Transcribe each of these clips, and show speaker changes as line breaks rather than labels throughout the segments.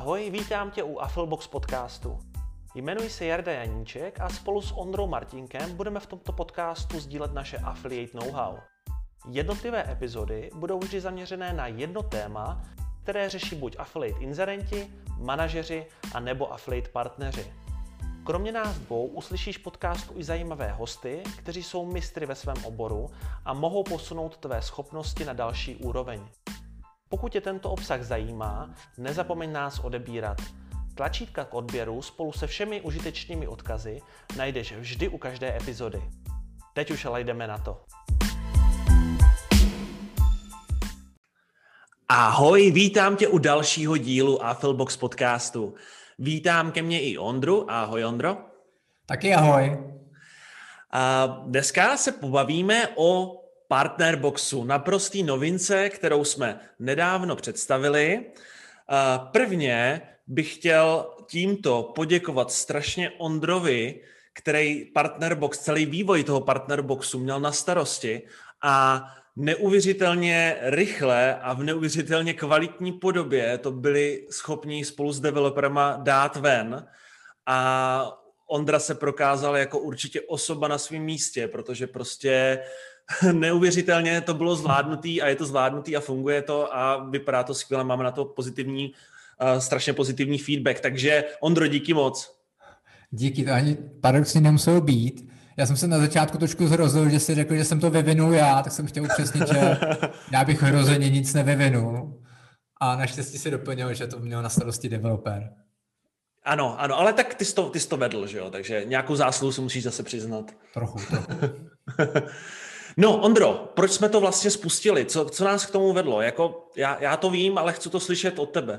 Ahoj, vítám tě u Affilibox podcastu. Jmenuji se Jarda Janíček a spolu s Ondrou Martinkem budeme v tomto podcastu sdílet naše affiliate know-how. Jednotlivé epizody budou vždy zaměřené na jedno téma, které řeší buď affiliate inzerenti, manažeři a nebo affiliate partneři. Kromě nás dvou uslyšíš v podcastu i zajímavé hosty, kteří jsou mistry ve svém oboru a mohou posunout tvé schopnosti na další úroveň. Pokud tě tento obsah zajímá, nezapomeň nás odebírat. Tlačítka k odběru spolu se všemi užitečnými odkazy najdeš vždy u každé epizody. Teď už ale jdeme na to. Ahoj, vítám tě u dalšího dílu Affilibox podcastu. Vítám ke mně i Ondru. Ahoj, Ondro.
Taky ahoj.
A dneska se pobavíme o Partnerboxu, naprostý novince, kterou jsme nedávno představili. Prvně bych chtěl tímto poděkovat strašně Ondrovi, který Partnerbox, celý vývoj toho Partnerboxu měl na starosti a neuvěřitelně rychle a v neuvěřitelně kvalitní podobě to byli schopni spolu s developerama dát ven. A Ondra se prokázal jako určitě osoba na svém místě, protože prostě neuvěřitelně to bylo zvládnutý a je to zvládnutý a funguje to a vypadá to skvěle, máme na to pozitivní, strašně pozitivní feedback. Takže Ondro, díky moc.
Díky, to ani paradoxně nemuselo být. Já jsem se na začátku trošku zrozil, že si řekl, že jsem to vyvinul já, tak jsem chtěl upřesnit, že já bych rozhodně nic nevyvinul. A naštěstí si doplnil, že to měl na starosti developer.
Ano, ale tak ty jsi to vedl, že jo? Takže nějakou zásluhu si musíš zase přiznat.
Trochu.
No, Ondro, proč jsme to vlastně spustili? Co nás k tomu vedlo? Jako, já to vím, ale chci to slyšet od tebe.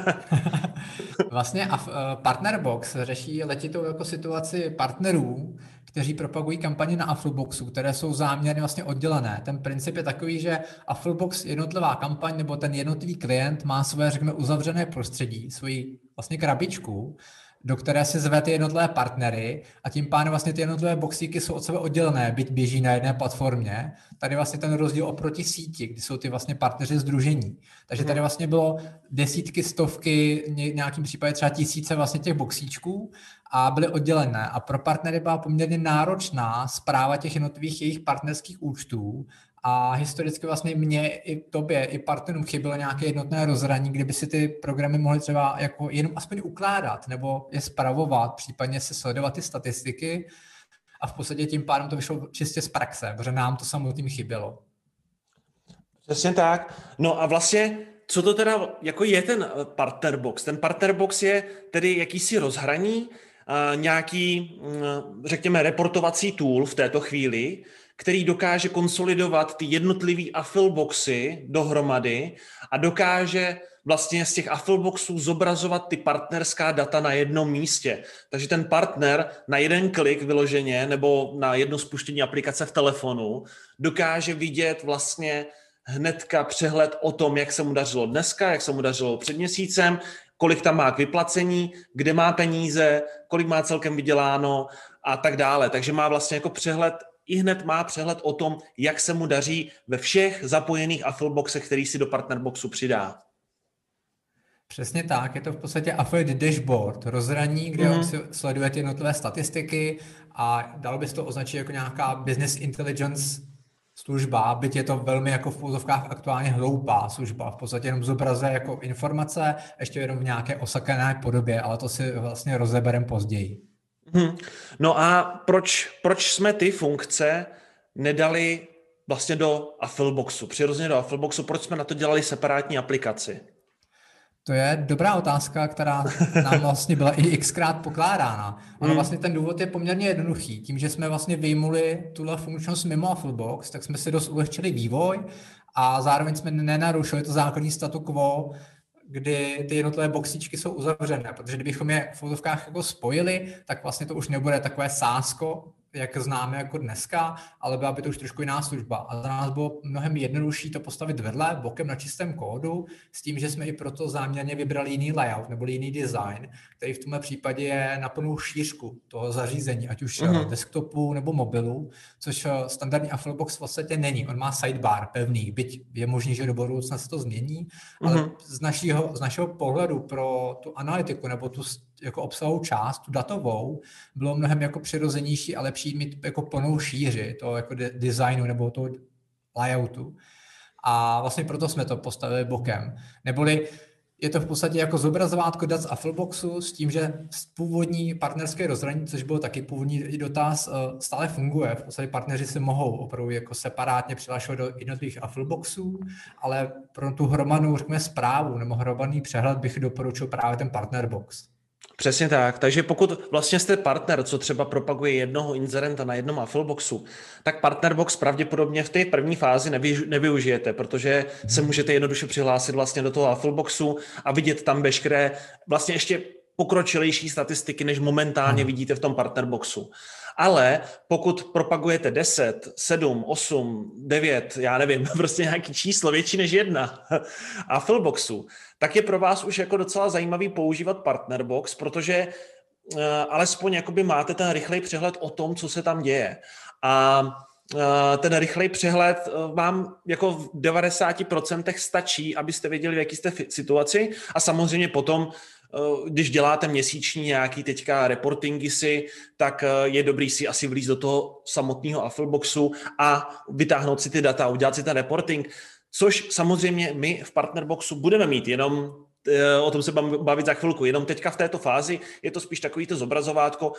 Vlastně Partnerbox řeší letitou jako situaci partnerů, kteří propagují kampaně na Affiliboxu, které jsou záměrně vlastně oddělené. Ten princip je takový, že Affilibox, jednotlivá kampaň nebo ten jednotlivý klient má své, řekněme, uzavřené prostředí, svoji vlastně krabičku, do které si zve ty jednotlivé partnery a tím pádem vlastně ty jednotlivé boxíky jsou od sebe oddělené, byť běží na jedné platformě. Tady vlastně ten rozdíl oproti síti, kdy jsou ty vlastně partneři sdružení. Takže tady vlastně bylo desítky, stovky, v nějakém případě třeba tisíce vlastně těch boxíčků a byly oddělené. A pro partnery byla poměrně náročná správa těch jednotlivých jejich partnerských účtů. A historicky vlastně mě i tobě, i partnerům chybělo nějaké jednotné rozhraní, kde by si ty programy mohly třeba jako jenom aspoň ukládat nebo je spravovat, případně si sledovat ty statistiky a v podstatě tím pádem to vyšlo čistě z praxe, protože nám to samotným chybělo.
Přesně tak. No a vlastně, co to teda jako je ten Partnerbox? Ten Partnerbox je tedy jakýsi rozhraní, nějaký, řekněme, reportovací tool v této chvíli, který dokáže konsolidovat ty jednotlivý Affiliboxy dohromady a dokáže vlastně z těch Affiliboxů zobrazovat ty partnerská data na jednom místě. Takže ten partner na jeden klik vyloženě nebo na jedno spuštění aplikace v telefonu dokáže vidět vlastně hnedka přehled o tom, jak se mu dařilo dneska, jak se mu dařilo před měsícem, kolik tam má k vyplacení, kde má peníze, kolik má celkem vyděláno a tak dále. Takže má vlastně jako přehled, ihned má přehled o tom, jak se mu daří ve všech zapojených Affiliboxech, který si do Partnerboxu přidá.
Přesně tak, je to v podstatě affiliate dashboard, rozhraní, kde on si sleduje ty jednotlivé statistiky a dalo by se to označit jako nějaká business intelligence služba, byť je to velmi jako v pouzovkách aktuálně hloupá služba, v podstatě jenom zobrazuje jako informace, ještě jenom v nějaké osakané podobě, ale to si vlastně rozebereme později.
No a proč jsme ty funkce nedali vlastně do Affiliboxu, přirozeně do Affiliboxu, proč jsme na to dělali separátní aplikaci?
To je dobrá otázka, která nám vlastně byla i xkrát pokládána. Ono vlastně ten důvod je poměrně jednoduchý. Tím, že jsme vlastně vyjmuli tuhle funkčnost mimo Affilibox, tak jsme si dost ulehčili vývoj a zároveň jsme nenarušili to základní statu quo, kdy ty jednotlivé boxíčky jsou uzavřené, protože kdybychom je v fotovkách jako spojili, tak vlastně to už nebude takové sásko, jak známe jako dneska, ale byla by to už trošku jiná služba. A za nás bylo mnohem jednodušší to postavit vedle, bokem na čistém kódu, s tím, že jsme i proto záměrně vybrali jiný layout nebo jiný design, který v tomhle případě je na plnou šířku toho zařízení, ať už desktopu nebo mobilu, což standardní Afflebox v podstatě není. On má sidebar pevný, byť je možný, že do budoucna se to změní, ale z našeho pohledu pro tu analytiku nebo tu jako obsahovou část, tu datovou, bylo mnohem jako přirozenější a lepší mít jako plnou šíři toho jako designu nebo toho layoutu. A vlastně proto jsme to postavili bokem. Neboli je to v podstatě jako zobrazovátko dat z Affleboxu s tím, že původní partnerské rozhraní, což byl taky původní dotaz, stále funguje. V podstatě partneři se mohou opravdu jako separátně přihlašovat do jednotlivých Affleboxů, ale pro tu hromadnou, řekněme, zprávu nebo hromadný přehled bych doporučil právě ten partnerbox.
Přesně tak. Takže pokud vlastně jste partner, co třeba propaguje jednoho inzerenta na jednom Affleboxu, tak Partnerbox pravděpodobně v té první fázi nevyužijete, protože se můžete jednoduše přihlásit vlastně do toho Affleboxu a vidět tam veškeré vlastně ještě pokročilejší statistiky, než momentálně vidíte v tom Partnerboxu. Ale pokud propagujete 10, 7, 8, 9, já nevím, prostě nějaký číslo větší než 1 Affleboxu, tak je pro vás už jako docela zajímavý používat Partnerbox, protože alespoň jakoby máte ten rychlej přehled o tom, co se tam děje. A ten rychlej přehled vám jako v 90% stačí, abyste věděli, v jaký jste situaci, a samozřejmě potom, když děláte měsíční nějaký teďka reportingy si, tak je dobrý si asi vlízt do toho samotného Affleboxu a vytáhnout si ty data a udělat si ten reporting, což samozřejmě my v Partnerboxu budeme mít, jenom o tom se bavit za chvilku. Jenom teďka v této fázi je to spíš takový to zobrazovátko,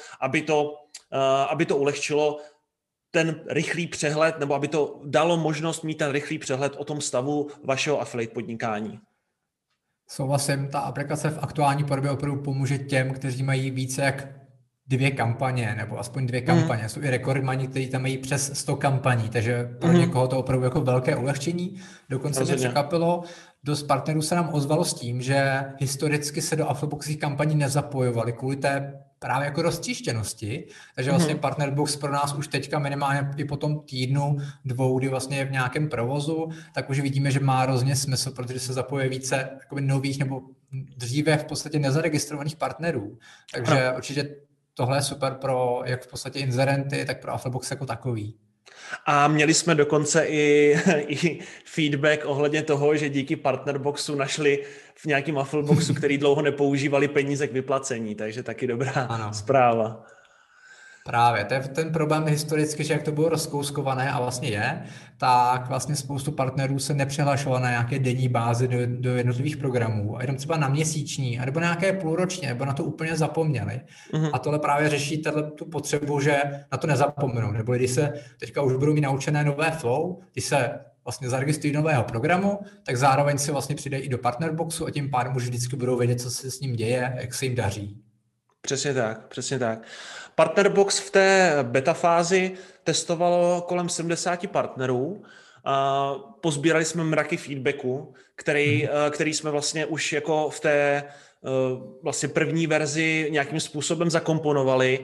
aby to ulehčilo ten rychlý přehled, nebo aby to dalo možnost mít ten rychlý přehled o tom stavu vašeho affiliate podnikání.
Souhlasím, ta aplikace v aktuální podobě opravdu pomůže těm, kteří mají více jak 2 kampaně, nebo aspoň 2 kampaně. Jsou i rekordmani, kteří tam mají přes 100 kampaní, takže pro někoho to opravdu jako velké ulehčení. Dokonce mě překvapilo, dost partnerů se nám ozvalo s tím, že historicky se do Affleboxích kampaní nezapojovali kvůli té právě jako roztříštěnosti, takže vlastně Partnerbox pro nás už teďka minimálně i po tom týdnu, 2, kdy vlastně je v nějakém provozu, tak už vidíme, že má hrozně smysl, protože se zapojuje více jakoby nových nebo dříve v podstatě nezaregistrovaných partnerů. Takže určitě tohle je super pro jak v podstatě inzerenty, tak pro Afflebox jako takový.
A měli jsme dokonce i feedback ohledně toho, že díky Partnerboxu našli v nějakém Affleboxu, který dlouho nepoužívali, peníze k vyplacení, takže taky dobrá zpráva.
Právě, to je ten problém historicky, že jak to bylo rozkouskované a vlastně je, tak vlastně spoustu partnerů se nepřihlašovalo na nějaké denní bázi do jednotlivých programů, a jenom třeba na měsíční, nebo nějaké půlročně, nebo na to úplně zapomněli. A tohle právě řeší tu potřebu, že na to nezapomenou, nebo když se teďka už budou mít naučené nové flow, když se vlastně zaregistrují nového programu, tak zároveň si vlastně přidají i do Partnerboxu a tím pádem už vždycky budou vědět, co se s ním děje, jak se jim daří.
Přesně tak, přesně tak. Partnerbox v té beta fázi testovalo kolem 70 partnerů. Pozbírali jsme mraky feedbacku, který jsme vlastně už jako v té vlastně první verzi nějakým způsobem zakomponovali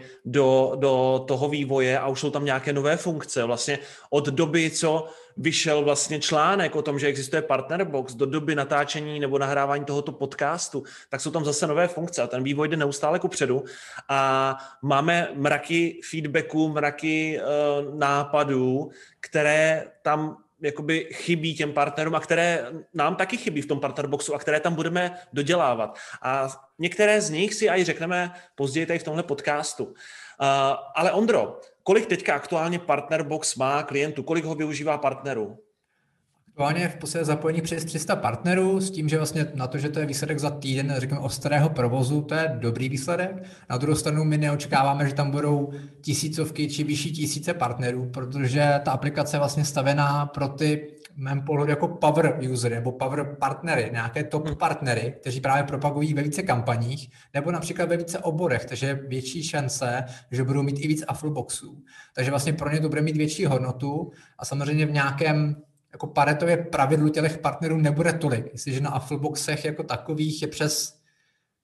do toho vývoje, a už jsou tam nějaké nové funkce. Vlastně od doby, co vyšel vlastně článek o tom, že existuje Partnerbox, do doby natáčení nebo nahrávání tohoto podcastu, tak jsou tam zase nové funkce a ten vývoj jde neustále kupředu a máme mraky feedbacků, mraky nápadů, které tam jakoby chybí těm partnerům a které nám taky chybí v tom Partnerboxu a které tam budeme dodělávat. A některé z nich si aj řekneme později tady v tomhle podcastu. Ale Ondro, kolik teďka aktuálně Partnerbox má klientů? Kolik ho využívá partnerů?
Aktuálně je v podstatě zapojených přes 300 partnerů s tím, že vlastně na to, že to je výsledek za týden, řekněme, ostrého provozu, to je dobrý výsledek. Na druhou stranu my neočekáváme, že tam budou tisícovky či vyšší tisíce partnerů, protože ta aplikace je vlastně stavěná pro ty, v mém pohledu, jako power usery nebo power partnery, nějaké top partnery, kteří právě propagují ve více kampaních nebo například ve více oborech, takže je větší šance, že budou mít i víc Affleboxů. Takže vlastně pro ně to bude mít větší hodnotu a samozřejmě v nějakém jako Paretově pravidlu těch partnerů nebude tolik. Jestliže na Affleboxech jako takových je přes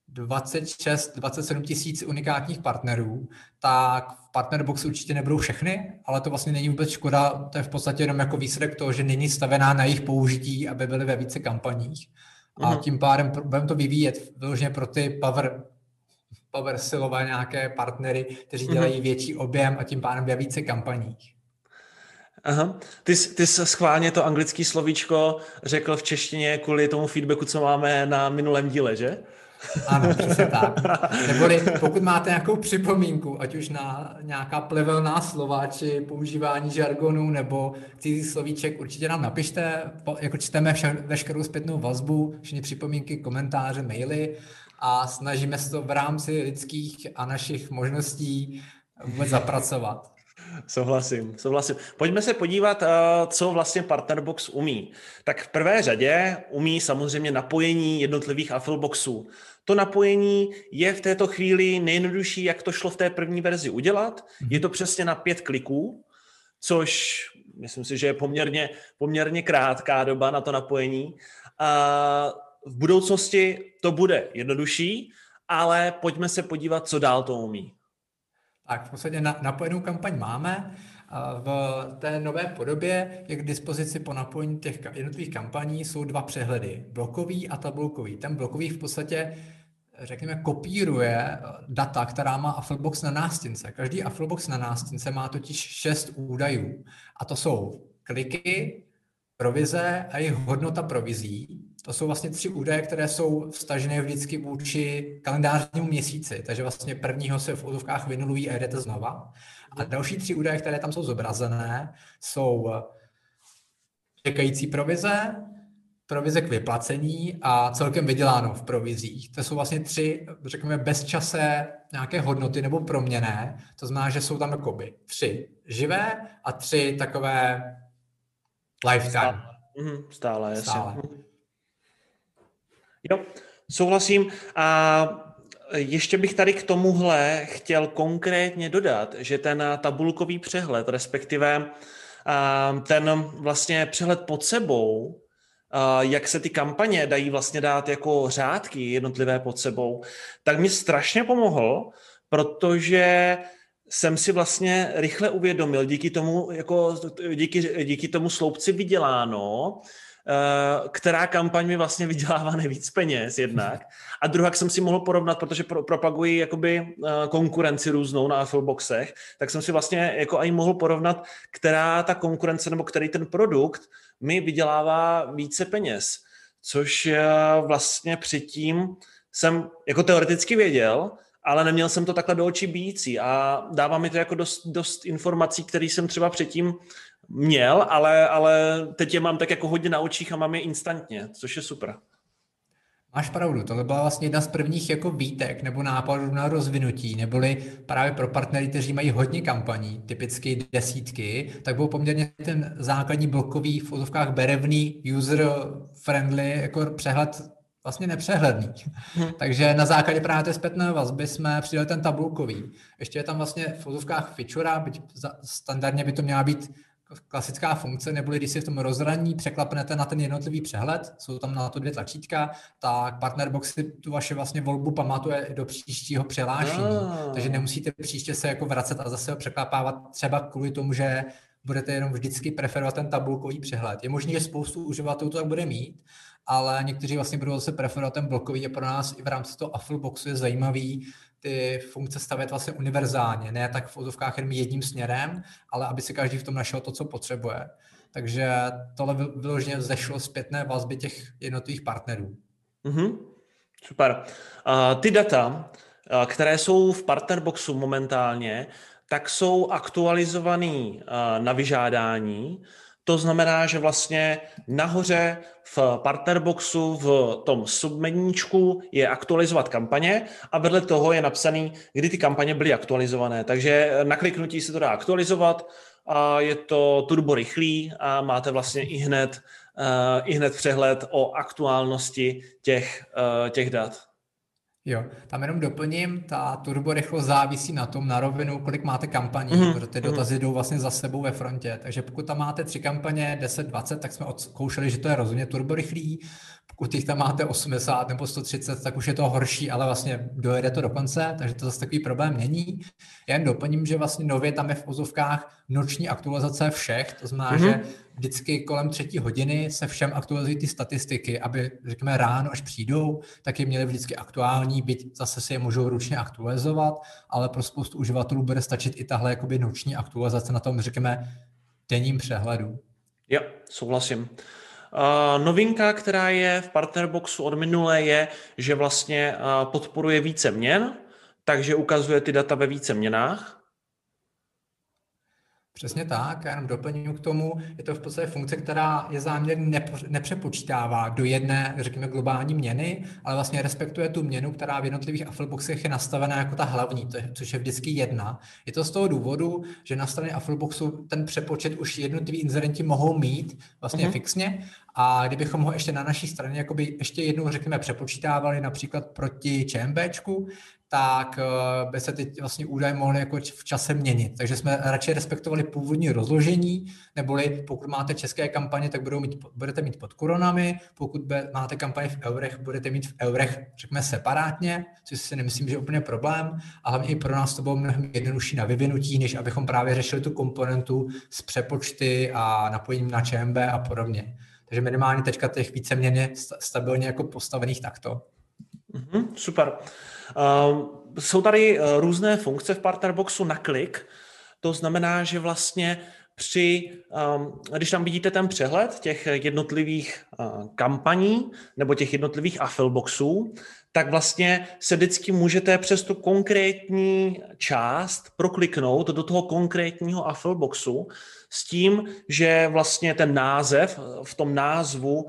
27 tisíc unikátních partnerů, tak v Partnerboxu určitě nebudou všechny, ale to vlastně není vůbec škoda, to je v podstatě jenom jako výsledek toho, že není stavená na jejich použití, aby byly ve více kampaních. A tím pádem budeme to vyvíjet vyloženě pro ty power silové nějaké partnery, kteří dělají větší objem a tím pádem ve více kampaních.
Aha. Ty jsi schválně to anglické slovíčko řekl v češtině kvůli tomu feedbacku, co máme na minulém díle, že?
Ano, přesně tak. Neboli pokud máte nějakou připomínku, ať už na nějaká plevelná slova, či používání žargonu, nebo cizí slovíček, určitě nám napište, jako čteme veškerou zpětnou vazbu, všechny připomínky, komentáře, maily a snažíme se to v rámci lidských a našich možností vůbec zapracovat.
Souhlasím. Pojďme se podívat, co vlastně Partnerbox umí. Tak v prvé řadě umí samozřejmě napojení jednotlivých Affiliboxů. To napojení je v této chvíli nejjednodušší, jak to šlo v té první verzi udělat. Je to přesně na 5 kliků, což myslím si, že je poměrně krátká doba na to napojení. V budoucnosti to bude jednodušší, ale pojďme se podívat, co dál to umí.
Tak v podstatě napojenou kampaň máme. V té nové podobě je k dispozici po napojení těch jednotlivých kampaní jsou 2 přehledy, blokový a tabulkový. Ten blokový v podstatě, řekněme, kopíruje data, která má Affilibox na nástěnce. Každý Affilibox na nástěnce má totiž 6 údajů a to jsou kliky, provize a jejich hodnota provizí. To jsou vlastně 3 údaje, které jsou vztažené vždycky vůči kalendářnímu měsíci, takže vlastně prvního se v úzovkách vynulují a jdete znova. A další 3 údaje, které tam jsou zobrazené, jsou čekající provize, provize k vyplacení a celkem vyděláno v provizích. To jsou vlastně 3, řekněme, bezčasé nějaké hodnoty nebo proměnné. To znamená, že jsou tam jakoby 3 živé a 3 takové lifetime.
Stále, jasně. Jo, souhlasím. A ještě bych tady k tomuhle chtěl konkrétně dodat, že ten tabulkový přehled, respektive ten vlastně přehled pod sebou, jak se ty kampaně dají vlastně dát jako řádky jednotlivé pod sebou, tak mi strašně pomohl, protože jsem si vlastně rychle uvědomil díky tomu sloupci vyděláno, která kampaň mi vlastně vydělává nejvíc peněz jednak. A druhak jsem si mohl porovnat, protože propagují jakoby konkurenci různou na Affiliboxech, tak jsem si vlastně jako i mohl porovnat, která ta konkurence nebo který ten produkt mi vydělává více peněz. Což vlastně předtím jsem jako teoreticky věděl, ale neměl jsem to takhle do očí bijící a dává mi to jako dost informací, které jsem třeba předtím měl, ale teď je mám tak jako hodně na očích a mám je instantně, což je super.
Máš pravdu, tohle byla vlastně jedna z prvních jako výtek nebo nápadů na rozvinutí, neboli právě pro partnery, kteří mají hodně kampaní, typicky desítky, tak byl poměrně ten základní blokový v ozovkách berevný, user-friendly jako přehled vlastně nepřehledný. Takže na základě právě té zpětné vazby jsme přidali ten tabulkový. Ještě je tam vlastně v ozovkách feature, byť standardně by to měla být klasická funkce, neboli když si v tom rozhraní překlapnete na ten jednotlivý přehled, jsou tam na to 2 tlačítka, tak Partnerbox si tu vaši vlastně volbu pamatuje do příštího přihlášení. Takže nemusíte příště se jako vracet a zase ho překlapávat třeba kvůli tomu, že budete jenom vždycky preferovat ten tabulkový přehled. Je možné, že spoustu uživatelů to tak bude mít, ale někteří vlastně budou zase preferovat ten blokový a pro nás i v rámci toho Affiliboxu je zajímavý ty funkce stavět vlastně univerzálně, ne tak v ozovkách jenom jedním směrem, ale aby si každý v tom našel to, co potřebuje. Takže tohle vyloženě zešlo zpětné vazby těch jednotlivých partnerů.
Super. Ty data, které jsou v Partnerboxu momentálně, tak jsou aktualizovaný na vyžádání. To znamená, že vlastně nahoře v Partnerboxu v tom submeníčku je aktualizovat kampaně a vedle toho je napsaný, kdy ty kampaně byly aktualizované. Takže na kliknutí se to dá aktualizovat a je to turbo rychlý a máte vlastně i hned přehled o aktuálnosti těch dat.
Jo, tam jenom doplním, ta turborychlost závisí na tom, na rovinu, kolik máte kampaní, protože ty dotazy jdou vlastně za sebou ve frontě. Takže pokud tam máte 3 kampaně, 10, 20, tak jsme odzkoušeli, že to je rozhodně turborychlý. Pokud jich tam máte 80 nebo 130, tak už je to horší, ale vlastně dojede to do konce, takže to zase takový problém není. Já jen doplním, že vlastně nově tam je v ozovkách noční aktualizace všech, to znamená, že vždycky kolem 3 hodiny se všem aktualizují ty statistiky, aby, řekněme, ráno, až přijdou, tak je měli vždycky aktuální, byť zase si je můžou ručně aktualizovat, ale pro spoustu uživatelů bude stačit i tahle jakoby noční aktualizace na tom, řekněme, denním přehledu.
Jo, souhlasím. Novinka, která je v Partnerboxu od minulé, je, že vlastně podporuje více měn, takže ukazuje ty data ve více měnách.
Přesně tak, já jenom doplním k tomu, je to v podstatě funkce, která je záměrně nepřepočítává do jedné, řekněme, globální měny, ale vlastně respektuje tu měnu, která v jednotlivých Affiliboxech je nastavená jako ta hlavní, což je vždycky jedna. Je to z toho důvodu, že na straně Affiliboxu ten přepočet už jednotliví inzerenti mohou mít vlastně fixně, a kdybychom ho ještě na naší straně jakoby ještě jednou, řekněme, přepočítávali například proti ČMBčku, tak by se ty vlastně údaje mohly jako v čase měnit. Takže jsme radši respektovali původní rozložení, neboli pokud máte české kampaně, tak budete mít pod korunami, pokud máte kampaně v eurech, budete mít v eurech, řekněme, separátně, což si nemyslím, že je úplně problém, a hlavně i pro nás to bylo mnohem jednodušší na vyvinutí, než abychom právě řešili tu komponentu s přepočty a napojením na ČMB a podobně. Takže minimálně teďka těch víceměn je stabilně jako postavených takto.
Super. Jsou tady různé funkce v Partnerboxu na klik. To znamená, že vlastně když tam vidíte ten přehled těch jednotlivých kampaní nebo těch jednotlivých Affiliboxů, tak vlastně se vždycky můžete přes tu konkrétní část prokliknout do toho konkrétního Affiliboxu s tím, že vlastně ten název v tom názvu,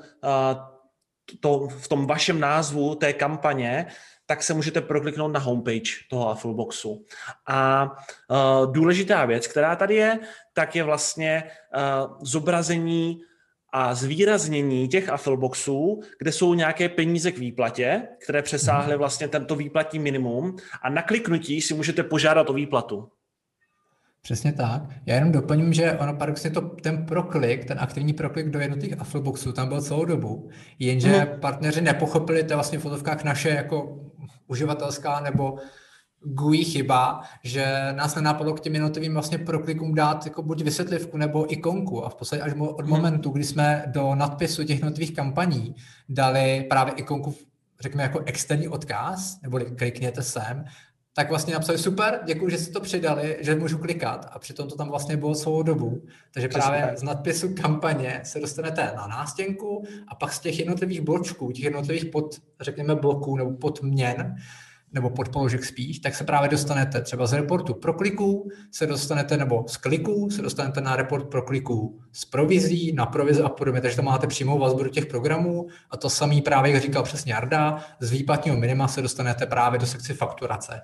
v tom vašem názvu té kampaně, tak se můžete prokliknout na homepage toho Affiliboxu. A důležitá věc, která tady je, tak je vlastně zobrazení a zvýraznění těch Affiliboxů, kde jsou nějaké peníze k výplatě, které přesáhly vlastně tento výplatní minimum, a na kliknutí si můžete požádat o výplatu.
Přesně tak. Já jenom doplním, že ono paradoxně ten proklik, ten aktivní proklik do jednotlivých Affiliboxů tam byl celou dobu, jenže partneři nepochopili, to vlastně v fotovkách naše jako uživatelská nebo GUI chyba, že nás nenapadlo k těm jednotlivým vlastně proklikům dát jako buď vysvětlivku nebo ikonku, a v podstatě až od momentu, kdy jsme do nadpisu těch jednotlivých kampaní dali právě ikonku, řekněme, jako externí odkaz, neboli klikněte sem, tak vlastně napsali super, děkuji, že jste to přidali, že můžu klikat, a přitom to tam vlastně bylo celou dobu. Takže právě z nadpisu kampaně se dostanete na nástěnku a pak z těch jednotlivých bločků, těch jednotlivých řekněme, bloků nebo podměn, nebo podpoložek spíš, tak se právě dostanete třeba z reportu pro kliků, se dostanete, nebo z kliků se dostanete na report pro kliků z provizí, na provize a podobně, takže to máte přímou vazbu do těch programů, a to samý právě, jak říkal přesně Jarda, z výplatního minima se dostanete právě do sekce fakturace.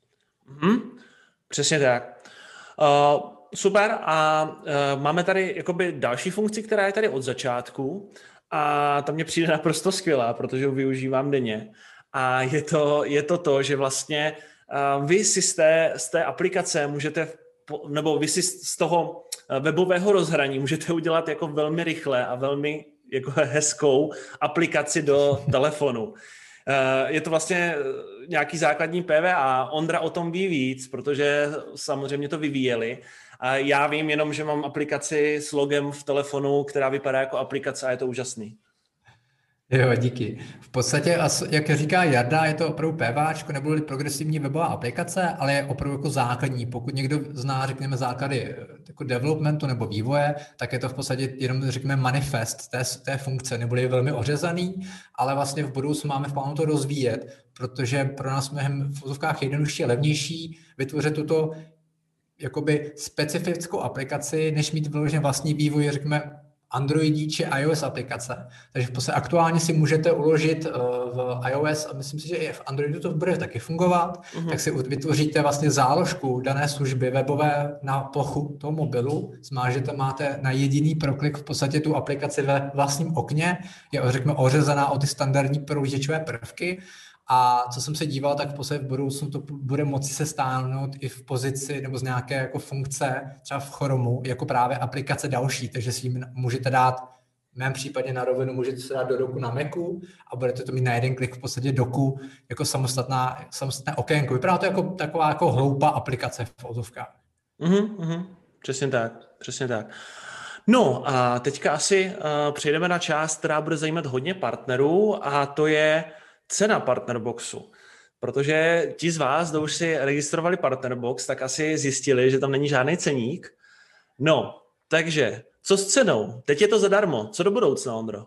Přesně tak. Super, a máme tady jakoby další funkci, která je tady od začátku, a ta mně přijde naprosto skvělá, protože ji využívám denně. A je to, že vlastně vy si z té aplikace můžete, nebo vy si z toho webového rozhraní můžete udělat jako velmi rychle a velmi jako hezkou aplikaci do telefonu. Je to vlastně nějaký základní PVA. Ondra o tom ví víc, protože samozřejmě to vyvíjeli. A já vím jenom, že mám aplikaci s logem v telefonu, která vypadá jako aplikace, a je to úžasný.
Jo, díky. V podstatě, jak říká Jarda, je to opravdu PVAčko, nebude progresivní webová aplikace, ale je opravdu jako základní. Pokud někdo zná, řekněme, základy jako developmentu nebo vývoje, tak je to v podstatě jenom, řekněme, manifest té funkce, nebude velmi ořezaný, ale vlastně v budoucnu máme v plánu to rozvíjet, protože pro nás mnohem v úzovkách jednodušší a levnější vytvořit tuto jakoby specifickou aplikaci, než mít vyloženě vlastní vývoj, řekněme, Androidí či iOS aplikace. Takže v podstatě aktuálně si můžete uložit v iOS, a myslím si, že i v Androidu to bude taky fungovat, tak si vytvoříte vlastně záložku dané služby webové na plochu toho mobilu, zmážete, máte na jediný proklik v podstatě tu aplikaci ve vlastním okně, je, řekněme, ořezaná o ty standardní prohlížečové prvky, A co jsem se díval, tak v podstatě v budoucnu to bude moci se stáhnout i v pozici nebo z nějaké jako funkce, třeba v Chromu, jako právě aplikace další, takže si jim můžete dát, v mém případě na rovinu, můžete se dát do doku na Macu a budete to mít na jeden klik v podstatě doku jako samostatné okénko. Vypadá to jako taková jako hloupá aplikace v ozovkách.
Přesně tak, přesně tak. No a teďka asi přejdeme na část, která bude zajímat hodně partnerů, a to je cena Partnerboxu. Protože ti z vás, kdo už si registrovali Partnerbox, tak asi zjistili, že tam není žádný ceník. No, takže co s cenou? Teď je to zadarmo. Co do budoucna, Ondro?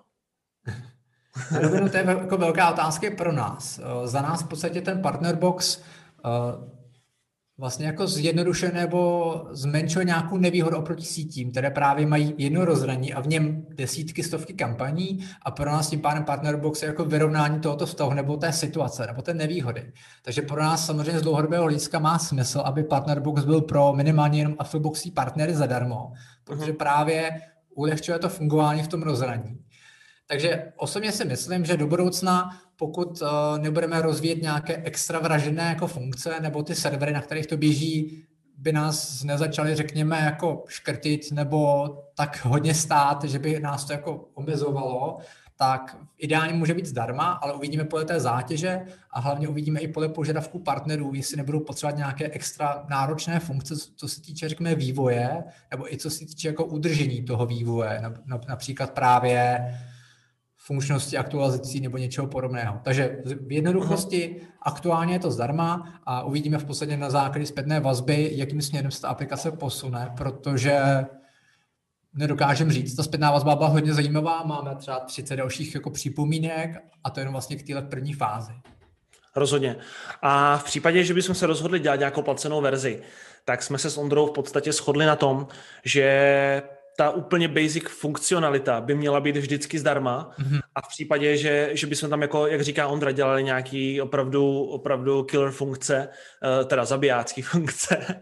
To je jako velká otázka pro nás. Za nás v podstatě ten Partnerbox vlastně jako zjednodušuje nebo zmenšuje nějakou nevýhodu oproti sítím, které právě mají jedno rozhraní a v něm desítky, stovky kampaní, a pro nás tím pádem Partnerbox je jako vyrovnání tohoto vztahu nebo té situace, nebo té nevýhody. Takže pro nás samozřejmě z dlouhodobého hlediska má smysl, aby Partnerbox byl pro minimálně jenom Affiliboxí partnery zadarmo, protože právě ulehčuje to fungování v tom rozhraní. Takže osobně si myslím, že do budoucna, pokud nebudeme rozvíjet nějaké extra vražené jako funkce nebo ty servery, na kterých to běží, by nás nezačaly, řekněme, jako škrtit nebo tak hodně stát, že by nás to jako omezovalo, tak ideálně může být zdarma, ale uvidíme podle té zátěže a hlavně uvidíme i podle požadavků partnerů, jestli nebudou potřebovat nějaké extra náročné funkce, co se týče, řekněme, vývoje, nebo i co se týče jako udržení toho vývoje, například právě funkčnosti, aktualizací nebo něčeho podobného. Takže v jednoduchosti aktuálně je to zdarma a uvidíme v podstatě na základě zpětné vazby, jakým směrem se ta aplikace posune, protože nedokážem říct. Ta zpětná vazba byla hodně zajímavá, máme třeba 30 dalších jako připomínek a to jenom vlastně k téhle první fázi.
Rozhodně. A v případě, že bychom se rozhodli dělat nějakou placenou verzi, tak jsme se s Ondrou v podstatě shodli na tom, že ta úplně basic funkcionalita by měla být vždycky zdarma a v případě, že bychom tam, jako, jak říká Ondra, dělali nějaký opravdu killer funkce, teda zabijácký funkce,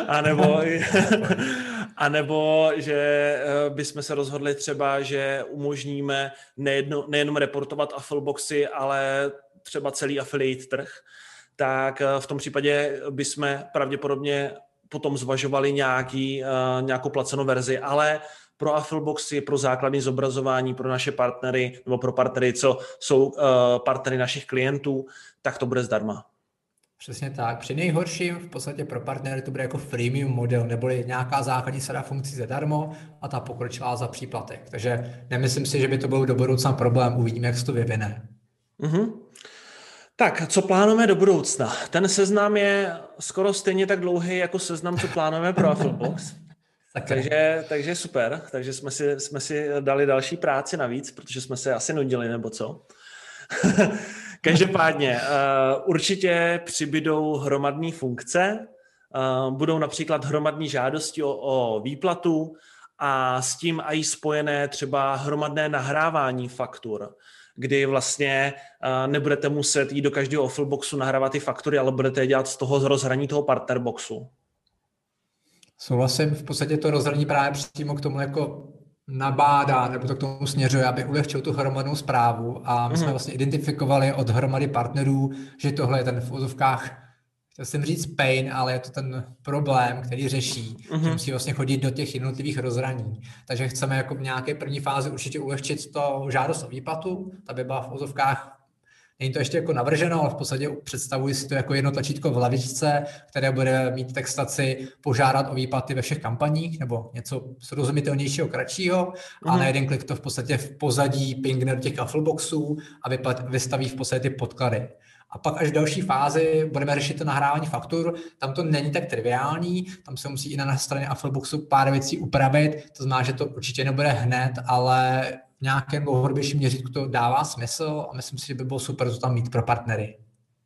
anebo že bychom se rozhodli třeba, že umožníme nejenom reportovat Affiliboxy, ale třeba celý affiliate trh, tak v tom případě bychom pravděpodobně potom zvažovali nějakou placenou verzi, ale pro Affiliboxy, pro základní zobrazování, pro naše partnery, nebo pro partnery, co jsou partnery našich klientů, tak to bude zdarma.
Přesně tak. Při nejhorším v podstatě pro partnery to bude jako freemium model, neboli nějaká základní sada funkcí zadarmo a ta pokročilá za příplatek. Takže nemyslím si, že by to byl do budoucna problém. Uvidíme, jak se to vyvine.
Tak, co plánujeme do budoucna? Ten seznam je skoro stejně tak dlouhý jako seznam, co plánujeme pro Affilibox. Takže super. Takže jsme si dali další práci navíc, protože jsme se asi nudili, nebo co? Každopádně, určitě přibydou hromadné funkce, budou například hromadné žádosti o výplatu a s tím i spojené třeba hromadné nahrávání faktur, kdy vlastně nebudete muset jít do každého Affiliboxu nahrávat ty faktury, ale budete je dělat z toho rozhraní toho Partnerboxu.
Souhlasím, v podstatě to rozhraní právě přímo k tomu jako nabádá, nebo to k tomu směřuje, aby ulehčil tu hromadnou správu a my jsme vlastně identifikovali od hromady partnerů, že tohle je ten v úzovkách, chtěl jsem říct pain, ale je to ten problém, který řeší, že musí vlastně chodit do těch jednotlivých rozhraní. Takže chceme jako v nějaké první fázi určitě ulehčit to žádost o výplatu, ta by byla v úzovkách, není to ještě jako navrženo, ale v podstatě představuji si to jako jedno tlačítko v hlavičce, které bude mít textaci požádat o výplaty ve všech kampaních nebo něco srozumitelnějšího, kratšího a na jeden klik to v podstatě v pozadí pingne do těch Affiliboxů a vystaví v podstatě ty podklady. A pak až v další fázi budeme řešit to nahrávání faktur. Tam to není tak triviální, tam se musí i na straně Affiliboxu pár věcí upravit, to znamená, že to určitě nebude hned, ale v nějakém dlouhodobějším měřítku to dává smysl a myslím si, že by bylo super to tam mít pro partnery.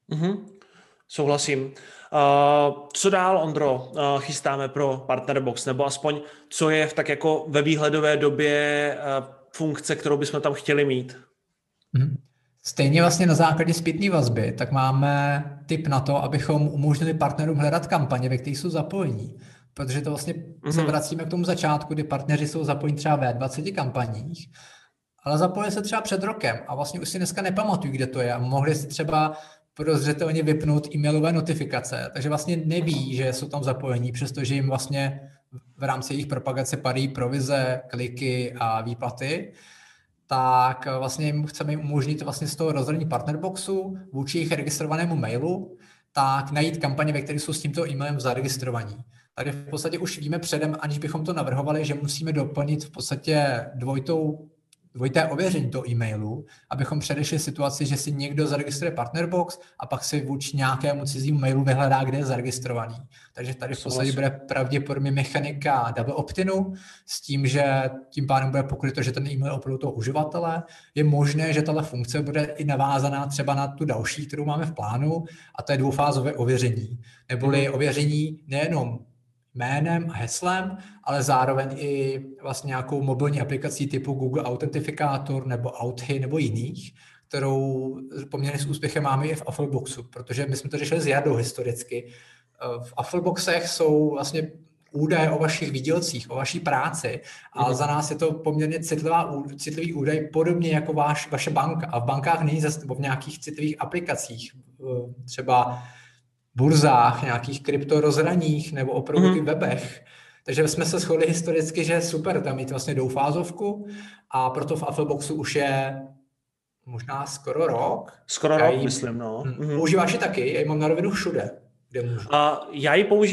Souhlasím. Co dál, Ondro, chystáme pro Partnerbox, nebo aspoň co je tak jako ve výhledové době funkce, kterou bychom tam chtěli mít?
Stejně vlastně na základě zpětné vazby, tak máme tip na to, abychom umožnili partnerům hledat kampaně, ve kterých jsou zapojení. Protože to vlastně se vracíme k tomu začátku, kdy partneři jsou zapojení třeba ve 20 kampaních, ale zapojili se třeba před rokem a vlastně už si dneska nepamatují, kde to je a mohli si třeba prozřetelně vypnout e-mailové notifikace, takže vlastně neví, že jsou tam zapojení, přestože jim vlastně v rámci jejich propagace padají provize, kliky a výplaty, tak vlastně jim chceme umožnit vlastně z toho rozhraní partnerboxu vůči jejich registrovanému mailu, tak najít kampaně, ve kterých jsou s tímto e-mailem zaregistrovaní. Takže v podstatě už víme předem, aniž bychom to navrhovali, že musíme doplnit v podstatě dvojité ověření toho e-mailu, abychom předešli situaci, že si někdo zaregistruje Partnerbox a pak si vůči nějakému cizímu mailu vyhledá, kde je zaregistrovaný. Takže tady v podstatě bude pravděpodobně mechanika double opt-inu s tím, že tím pádem bude pokryto, že ten e-mail opravdu toho uživatele. Je možné, že tato funkce bude i navázaná třeba na tu další, kterou máme v plánu, a to je dvoufázové ověření. Neboli ověření nejenom jménem a heslem, ale zároveň i vlastně nějakou mobilní aplikací typu Google Autentifikátor nebo Authy nebo jiných, kterou poměrně s úspěchem máme i v Affleboxu, protože my jsme to řešili s Jardou historicky. V Affleboxech jsou vlastně údaje o vašich výdělcích, o vaší práci a za nás je to poměrně citlivý údaj, podobně jako vaše banka. A v bankách není zase, nebo v nějakých citlivých aplikacích, třeba burzách, nějakých kryptorozhraních nebo opravdu webech. Takže jsme se shodli historicky, že je super tam mít vlastně dvoufázovku a proto v Affleboxu už je možná skoro rok.
Skoro rok, myslím, no.
Používáš ji taky? Já ji mám na rovinu všude, kde můžu.
Já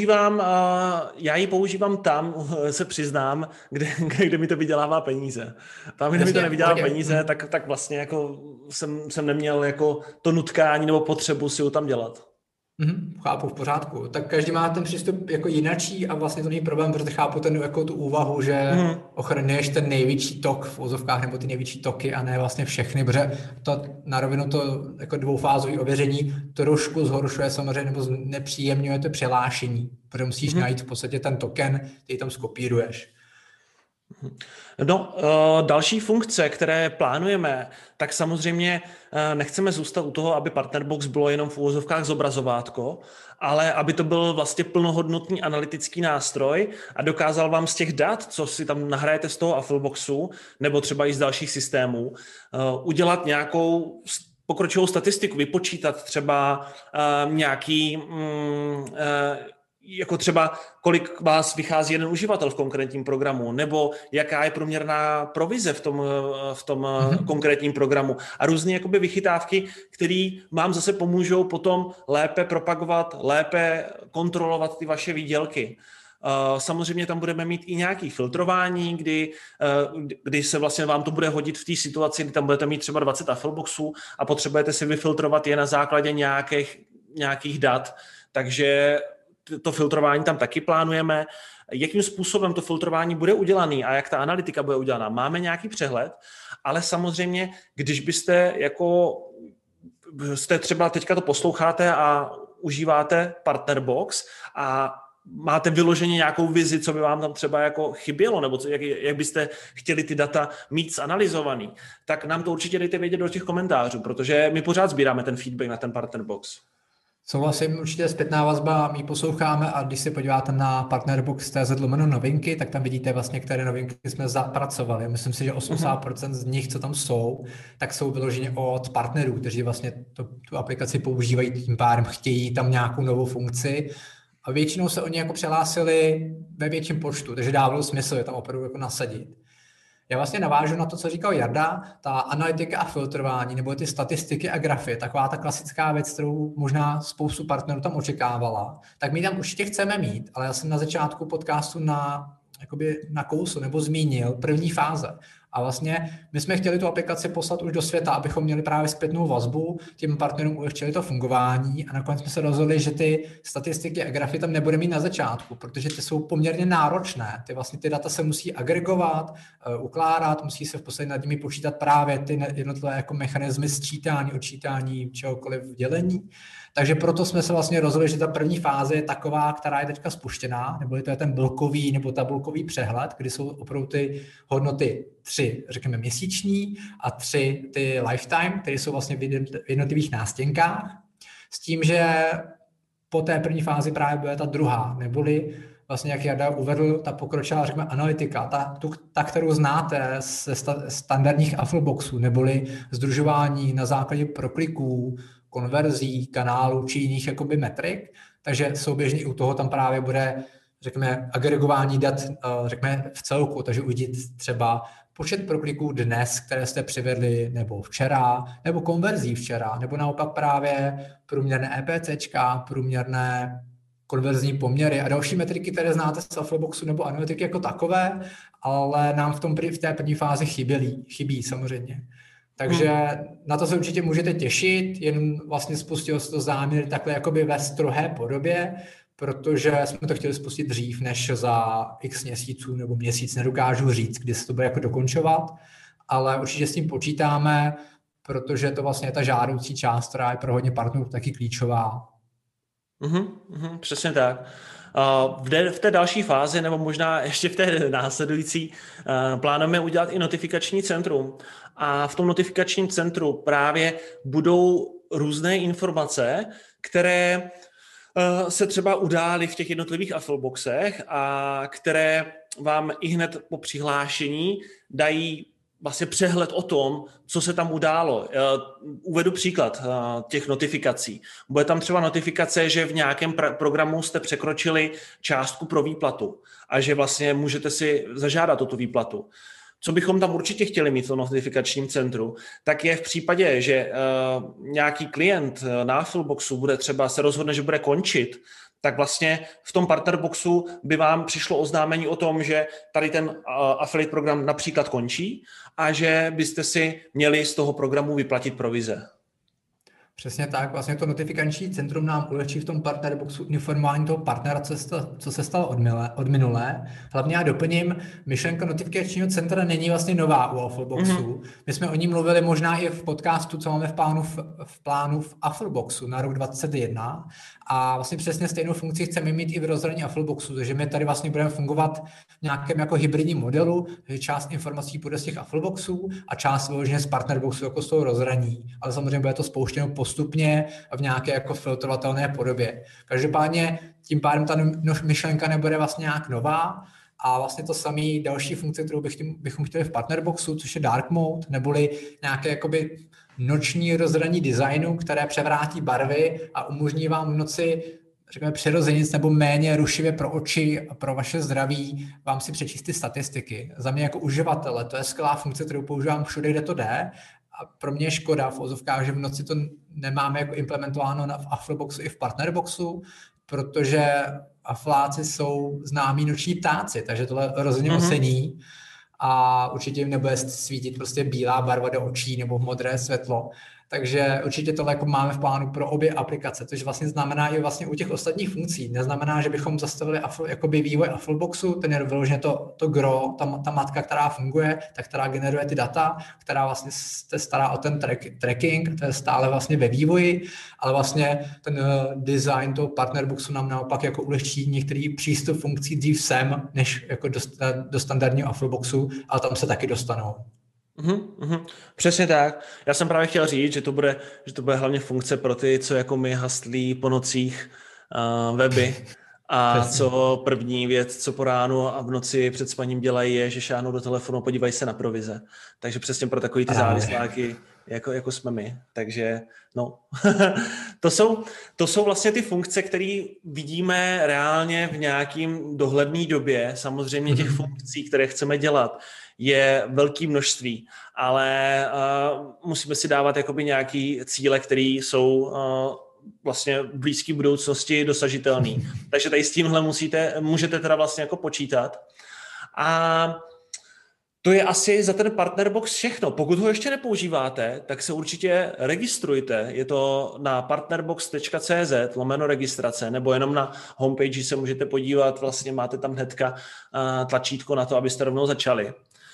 ji používám tam, se přiznám, kde mi to vydělává peníze. Tam, kde mi to nevydělává peníze, tak vlastně jako jsem neměl jako to nutkání nebo potřebu si ho tam dělat.
Chápu, v pořádku. Tak každý má ten přístup jako jinačí a vlastně to není problém, protože chápu tu úvahu, že ochraňuješ ten největší tok v úzovkách nebo ty největší toky a ne vlastně všechny, protože to na rovinu to jako dvoufázové ověření trošku zhoršuje samozřejmě nebo nepříjemňuje to přihlášení, protože musíš najít v podstatě ten token, který tam skopíruješ.
No, další funkce, které plánujeme, tak samozřejmě nechceme zůstat u toho, aby Partnerbox bylo jenom v uvozovkách zobrazovátko, ale aby to byl vlastně plnohodnotný analytický nástroj a dokázal vám z těch dat, co si tam nahrajete z toho Affleboxu, nebo třeba i z dalších systémů, udělat nějakou pokročilou statistiku, vypočítat třeba nějaký jako třeba kolik vás vychází jeden uživatel v konkrétním programu, nebo jaká je průměrná provize v tom konkrétním programu a různé jakoby vychytávky, které vám zase pomůžou potom lépe propagovat, lépe kontrolovat ty vaše výdělky. Samozřejmě tam budeme mít i nějaké filtrování, kdy se vlastně vám to bude hodit v té situaci, kdy tam budete mít třeba 20 Affleboxů a potřebujete si vyfiltrovat je na základě nějakých dat, takže to filtrování tam taky plánujeme. Jakým způsobem to filtrování bude udělané a jak ta analytika bude udělaná, máme nějaký přehled, ale samozřejmě, když jste třeba teďka to posloucháte a užíváte Partnerbox a máte vyloženě nějakou vizi, co by vám tam třeba jako chybělo, nebo jak byste chtěli ty data mít zanalyzovaný, tak nám to určitě dejte vědět do těch komentářů, protože my pořád sbíráme ten feedback na ten Partnerbox.
Souhlasím, určitě zpětná vazba, my posloucháme a když se podíváte na partnerbox.cz/novinky, tak tam vidíte vlastně, které novinky jsme zapracovali. Myslím si, že 80% z nich, co tam jsou, tak jsou vyloženě od partnerů, kteří vlastně tu aplikaci používají, tím pádem chtějí tam nějakou novou funkci a většinou se oni jako přihlásili ve větším počtu, takže dávalo smysl je tam opravdu jako nasadit. Já vlastně navážu na to, co říkal Jarda, ta analytika a filtrování, nebo ty statistiky a grafy, taková ta klasická věc, kterou možná spoustu partnerů tam očekávala, tak my tam určitě chceme mít, ale já jsem na začátku podcastu na kousl nebo zmínil první fáze. A vlastně my jsme chtěli tu aplikaci poslat už do světa, abychom měli právě zpětnou vazbu, tím partnerům ulehčili to fungování a nakonec jsme se rozhodli, že ty statistiky a grafy tam nebude mít na začátku, protože ty jsou poměrně náročné. Ty data se musí agregovat, ukládat, musí se v podstatě nad nimi počítat právě ty jednotlivé jako mechanismy sčítání, odčítání čehokoliv v dělení. Takže proto jsme se vlastně rozhodli, že ta první fáze je taková, která je teďka spuštěná, nebo to je ten blokový nebo tabulkový přehled, kdy jsou opravdu ty hodnoty 3, řekněme, měsíční a 3 ty lifetime, které jsou vlastně v jednotlivých nástěnkách, s tím, že po té první fázi právě bude ta druhá, neboli vlastně, jak Jarda uvedl, ta pokročilá, řekněme, analytika, ta kterou znáte ze standardních Affleboxů, neboli sdružování na základě prokliků, konverzí, kanálů či jiných jakoby metrik, takže souběžně i u toho tam právě bude, řekněme, agregování dat, řekněme, v celku, takže uvidíte třeba počet prokliků dnes, které jste přivedli, nebo včera, nebo konverzí včera, nebo naopak právě průměrné EPCčka, průměrné konverzní poměry a další metriky, které znáte z Affiliboxu nebo analytiky jako takové, ale nám v té první fázi chybí samozřejmě. Takže na to se určitě můžete těšit, jen vlastně spustilo se to záměr takhle jakoby ve strohé podobě, protože jsme to chtěli spustit dřív, než za x měsíců nebo měsíc, nedokážu říct, kdy se to bude jako dokončovat, ale určitě s tím počítáme, protože to vlastně je ta žádoucí část, která je pro hodně partnerů taky klíčová.
Přesně tak. V té další fázi, nebo možná ještě v té následující, plánujeme udělat i notifikační centrum. A v tom notifikačním centru právě budou různé informace, které se třeba udály v těch jednotlivých Affiliboxech a které vám i hned po přihlášení dají vlastně přehled o tom, co se tam událo. Uvedu příklad těch notifikací. Bude tam třeba notifikace, že v nějakém programu jste překročili částku pro výplatu a že vlastně můžete si zažádat o tu výplatu. Co bychom tam určitě chtěli mít v tom notifikačním centru, tak je v případě, že nějaký klient na Affiliboxu bude třeba se rozhodne, že bude končit, tak vlastně v tom partnerboxu by vám přišlo oznámení o tom, že tady ten affiliate program například končí a že byste si měli z toho programu vyplatit provize.
Přesně tak, vlastně to notifikační centrum nám ulehčí v tom partnerboxu informování toho partnera, co se stalo od minulé. Hlavně já doplním, myšlenka notifikačního centra není vlastně nová u Affiliboxu. My jsme o ní mluvili možná i v podcastu, co máme v plánu v Affiliboxu na rok 2021 a vlastně přesně stejnou funkci chceme mít i v rozhraní Affiliboxu, takže my tady vlastně budeme fungovat v nějakém jako hybridním modelu, že část informací půjde z těch Affiliboxů a část vyloženě z partnerboxu jako z toho rozhraní, ale samozřejmě bude to spouštěno postupně a v nějaké jako filtrovatelné podobě. Každopádně tím pádem ta myšlenka nebude vlastně nějak nová a vlastně to samé další funkce, kterou bychom chtěli v partnerboxu, což je dark mode, neboli nějaké jakoby noční rozhraní designu, které převrátí barvy a umožní vám v noci, řekněme, přirozeně nebo méně rušivě pro oči a pro vaše zdraví vám si přečíst ty statistiky. Za mě jako uživatele to je skvělá funkce, kterou používám všude, kde to jde. A pro mě je škoda v ozovkách, že v noci to nemáme jako implementováno v Affiliboxu i v partnerboxu, protože afláci jsou známí noční ptáci, takže tohle rozhodně ocení a určitě jim nebude svítit prostě bílá barva do očí nebo modré světlo. Takže určitě tohle jako máme v plánu pro obě aplikace, což vlastně znamená i vlastně u těch ostatních funkcí. Neznamená, že bychom zastavili jakoby vývoj Affiliboxu, ten je vyloženě to gro, ta matka, která funguje, tak která generuje ty data, která vlastně se stará o ten tracking, to je stále vlastně ve vývoji, ale vlastně ten design toho partnerboxu nám naopak jako ulehčí některý přístup funkcí dřív sem, než jako do standardního Affiliboxu, ale tam se taky dostanou.
Přesně tak. Já jsem právě chtěl říct, že to bude hlavně funkce pro ty, co jako my hastlí po nocích weby a co první věc, co po ránu a v noci před spaním dělají, je, že šáhnou do telefonu a podívají se na provize. Takže přesně pro takový ty závisláky, jako jsme my. Takže no, to jsou vlastně ty funkce, které vidíme reálně v nějakým dohledné době. Samozřejmě těch funkcí, které chceme dělat, je velké množství, ale musíme si dávat jakoby nějaký cíle, které jsou vlastně v blízké budoucnosti dosažitelný. Takže tady s tímhle můžete teda vlastně jako počítat. A to je asi za ten partnerbox všechno. Pokud ho ještě nepoužíváte, tak se určitě registrujte. Je to na partnerbox.cz/registrace nebo jenom na homepage se můžete podívat. Vlastně máte tam hnedka tlačítko na to, abyste rovnou začali.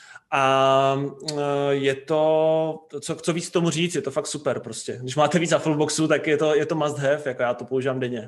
A je to, co víc tomu říct, je to fakt super prostě. Když máte víc Affiliboxů, tak je to must have, jako já to používám denně.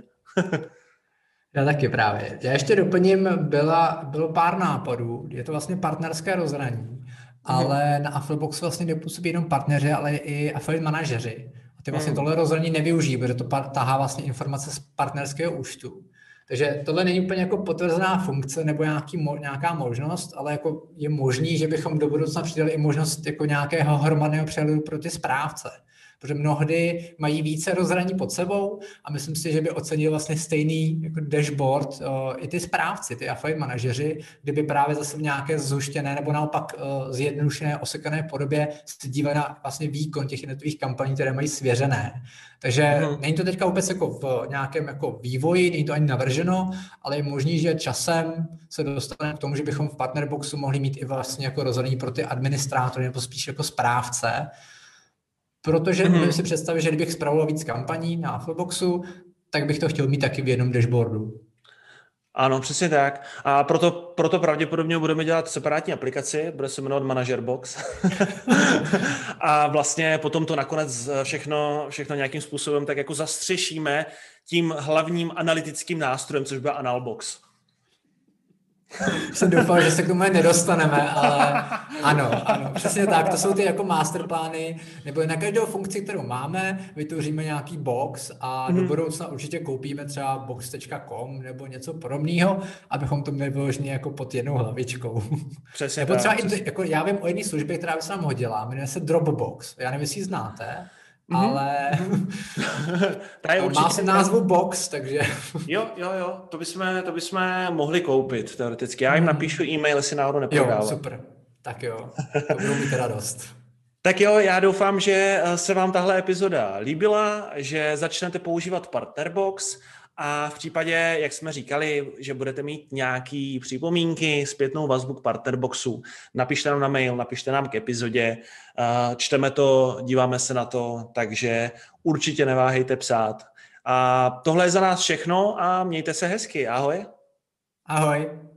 Já taky právě. Já ještě doplním, bylo pár nápadů, je to vlastně partnerské rozhraní, ale na Affiliboxu vlastně nepůsobí jenom partneři, ale i affiliate manažeři. A ty vlastně tohle rozhraní nevyužijí, protože to tahá vlastně informace z partnerského účtu. Takže tohle není úplně jako potvrzená funkce nebo nějaká možnost, ale jako je možný, že bychom do budoucna přidali i možnost jako nějakého hromadného přehledu pro ty správce. protože mnohdy mají více rozhraní pod sebou a myslím si, že by ocenil vlastně stejný jako dashboard i ty správci, ty affiliate manažeři, kdyby právě zase v nějaké zhuštěné nebo naopak zjednodušené, osekané podobě se dívali na vlastně výkon těch jednotlivých kampaní, které mají svěřené. Takže není to teďka vůbec jako v nějakém jako vývoji, není to ani navrženo, ale je možný, že časem se dostaneme k tomu, že bychom v Partnerboxu mohli mít i vlastně jako rozhraní pro ty administrátory nebo spíš jako správce, protože můžu si představit, že kdybych spravoval víc kampaní na Affiliboxu, tak bych to chtěl mít taky v jednom dashboardu.
Ano, přesně tak. A proto pravděpodobně budeme dělat separátní aplikaci, bude se jmenovat Managerbox. A vlastně potom to nakonec všechno nějakým způsobem tak jako zastřešíme tím hlavním analytickým nástrojem, což bude Analbox.
Jsem doufal, že se k tomu nedostaneme, ale ano, přesně tak, to jsou ty jako masterplány, nebo na každou funkci, kterou máme, vytvoříme nějaký box a do budoucna určitě koupíme třeba box.com nebo něco podobného, abychom to měli vyloženě jako pod jednou hlavičkou.
Přesně
nebo
tak.
třeba jako já vím o jedné službě, která by se nám hodila, jmenuje se Dropbox, já nevím, jestli ji znáte, ale má se názvu Box, takže...
Jo, to bychom mohli koupit teoreticky. Já jim napíšu e-mail, jestli náhodou neprodávám.
Jo, super. Tak jo, to budou mít radost.
Tak jo, já doufám, že se vám tahle epizoda líbila, že začnete používat Partnerbox a v případě, jak jsme říkali, že budete mít nějaké připomínky, zpětnou vazbu k Partnerboxu, napište nám na mail, napište nám k epizodě, čteme to, díváme se na to, takže určitě neváhejte psát. A tohle je za nás všechno a mějte se hezky. Ahoj.
Ahoj.